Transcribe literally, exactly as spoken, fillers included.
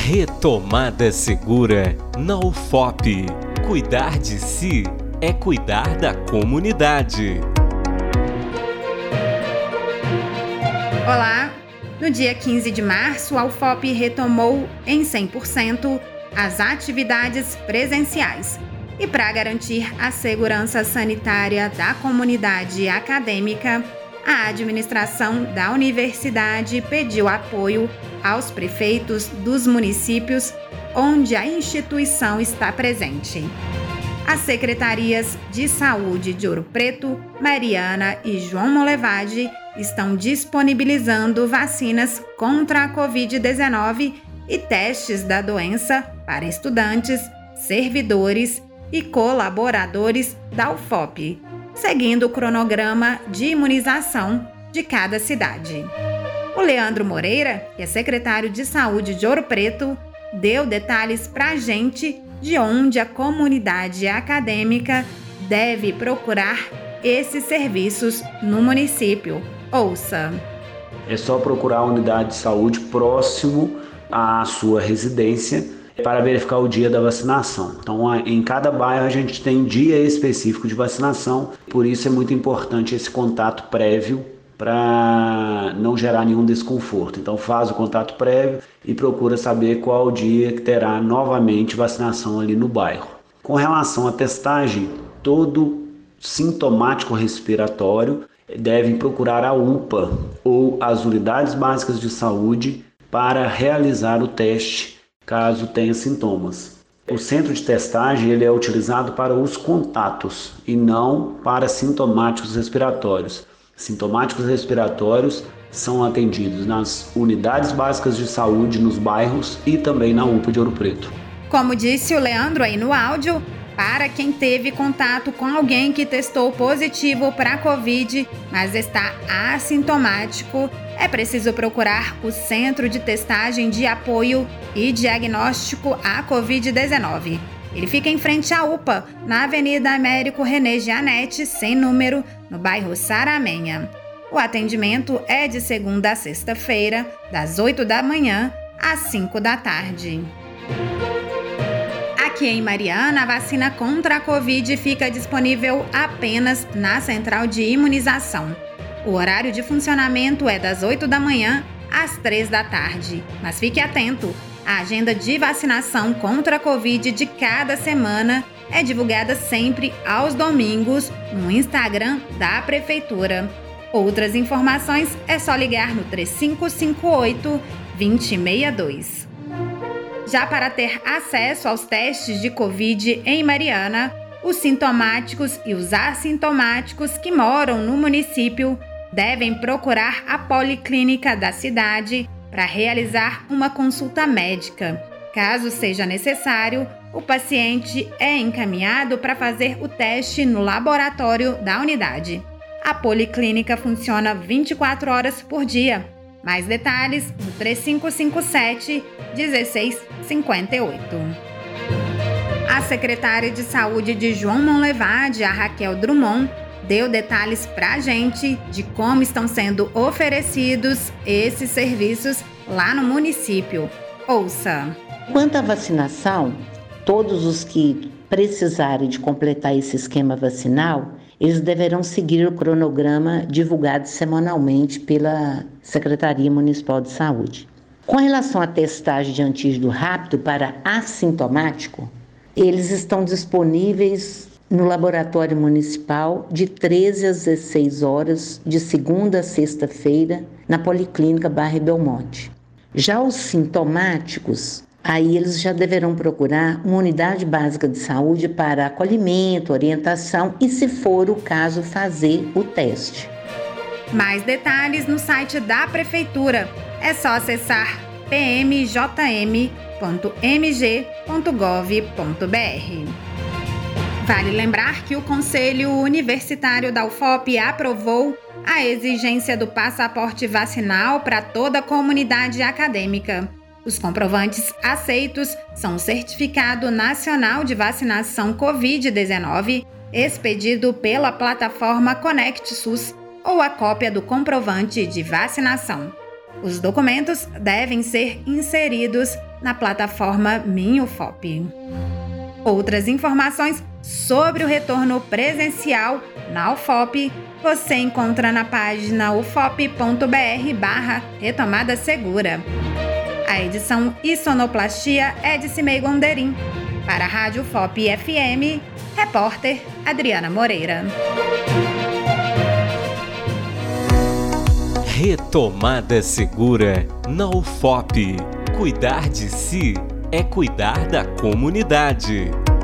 Retomada segura na U F O P. Cuidar de si é cuidar da comunidade. Olá! No dia quinze de março, a U F O P retomou em cem por cento as atividades presenciais. E para garantir a segurança sanitária da comunidade acadêmica, a administração da universidade pediu apoio aos prefeitos dos municípios onde a instituição está presente. As secretarias de saúde de Ouro Preto, Mariana e João Monlevade estão disponibilizando vacinas contra a covid dezenove e testes da doença para estudantes, servidores e colaboradores da U F O P, seguindo o cronograma de imunização de cada cidade. O Leandro Moreira, que é secretário de saúde de Ouro Preto, deu detalhes para a gente de onde a comunidade acadêmica deve procurar esses serviços no município. Ouça! É só procurar a unidade de saúde próximo à sua residência para verificar o dia da vacinação. Então, em cada bairro a gente tem dia específico de vacinação, por isso é muito importante esse contato prévio para não gerar nenhum desconforto. Então, faz o contato prévio e procura saber qual o dia que terá novamente vacinação ali no bairro. Com relação à testagem, todo sintomático respiratório deve procurar a U P A ou as unidades básicas de saúde para realizar o teste caso tenha sintomas. O centro de testagem ele é utilizado para os contatos e não para sintomáticos respiratórios. Sintomáticos respiratórios são atendidos nas unidades básicas de saúde nos bairros e também na U P A de Ouro Preto. Como disse o Leandro aí no áudio, para quem teve contato com alguém que testou positivo para a Covid, mas está assintomático, é preciso procurar o Centro de Testagem de Apoio e Diagnóstico à covid dezenove. Ele fica em frente à U P A, na Avenida Américo René Gianetti, sem número, no bairro Saramenha. O atendimento é de segunda a sexta-feira, das oito da manhã às cinco da tarde. Aqui em Mariana, a vacina contra a Covid fica disponível apenas na central de imunização. O horário de funcionamento é das oito da manhã às três da tarde. Mas fique atento, a agenda de vacinação contra a Covid de cada semana é divulgada sempre aos domingos no Instagram da Prefeitura. Outras informações é só ligar no três cinco cinco oito, dois zero seis dois. Já para ter acesso aos testes de Covid em Mariana, os sintomáticos e os assintomáticos que moram no município devem procurar a policlínica da cidade para realizar uma consulta médica. Caso seja necessário, o paciente é encaminhado para fazer o teste no laboratório da unidade. A policlínica funciona vinte e quatro horas por dia. Mais detalhes no três cinco cinco sete, um seis cinco oito. A secretária de Saúde de João Monlevade, a Raquel Drummond, deu detalhes para a gente de como estão sendo oferecidos esses serviços lá no município. Ouça! Quanto à vacinação, todos os que precisarem de completar esse esquema vacinal, eles deverão seguir o cronograma divulgado semanalmente pela Secretaria Municipal de Saúde. Com relação à testagem de antígeno rápido para assintomático, eles estão disponíveis no Laboratório Municipal de treze às dezesseis horas, de segunda a sexta-feira, na Policlínica Barra Belmonte. Já os sintomáticos, aí eles já deverão procurar uma unidade básica de saúde para acolhimento, orientação e, se for o caso, fazer o teste. Mais detalhes no site da Prefeitura. É só acessar p m j m ponto m g ponto gov ponto b r. Vale lembrar que o Conselho Universitário da U F O P aprovou a exigência do passaporte vacinal para toda a comunidade acadêmica. Os comprovantes aceitos são o Certificado Nacional de Vacinação covid dezenove, expedido pela plataforma Conect SUS, ou a cópia do comprovante de vacinação. Os documentos devem ser inseridos na plataforma MinUFOP. Outras informações sobre o retorno presencial na U F O P você encontra na página ufop.br barra retomada segura. A edição e sonoplastia é de Cimei Gonderim. Para a Rádio U F O P F M, repórter Adriana Moreira. Retomada segura na U F O P. Cuidar de si é cuidar da comunidade.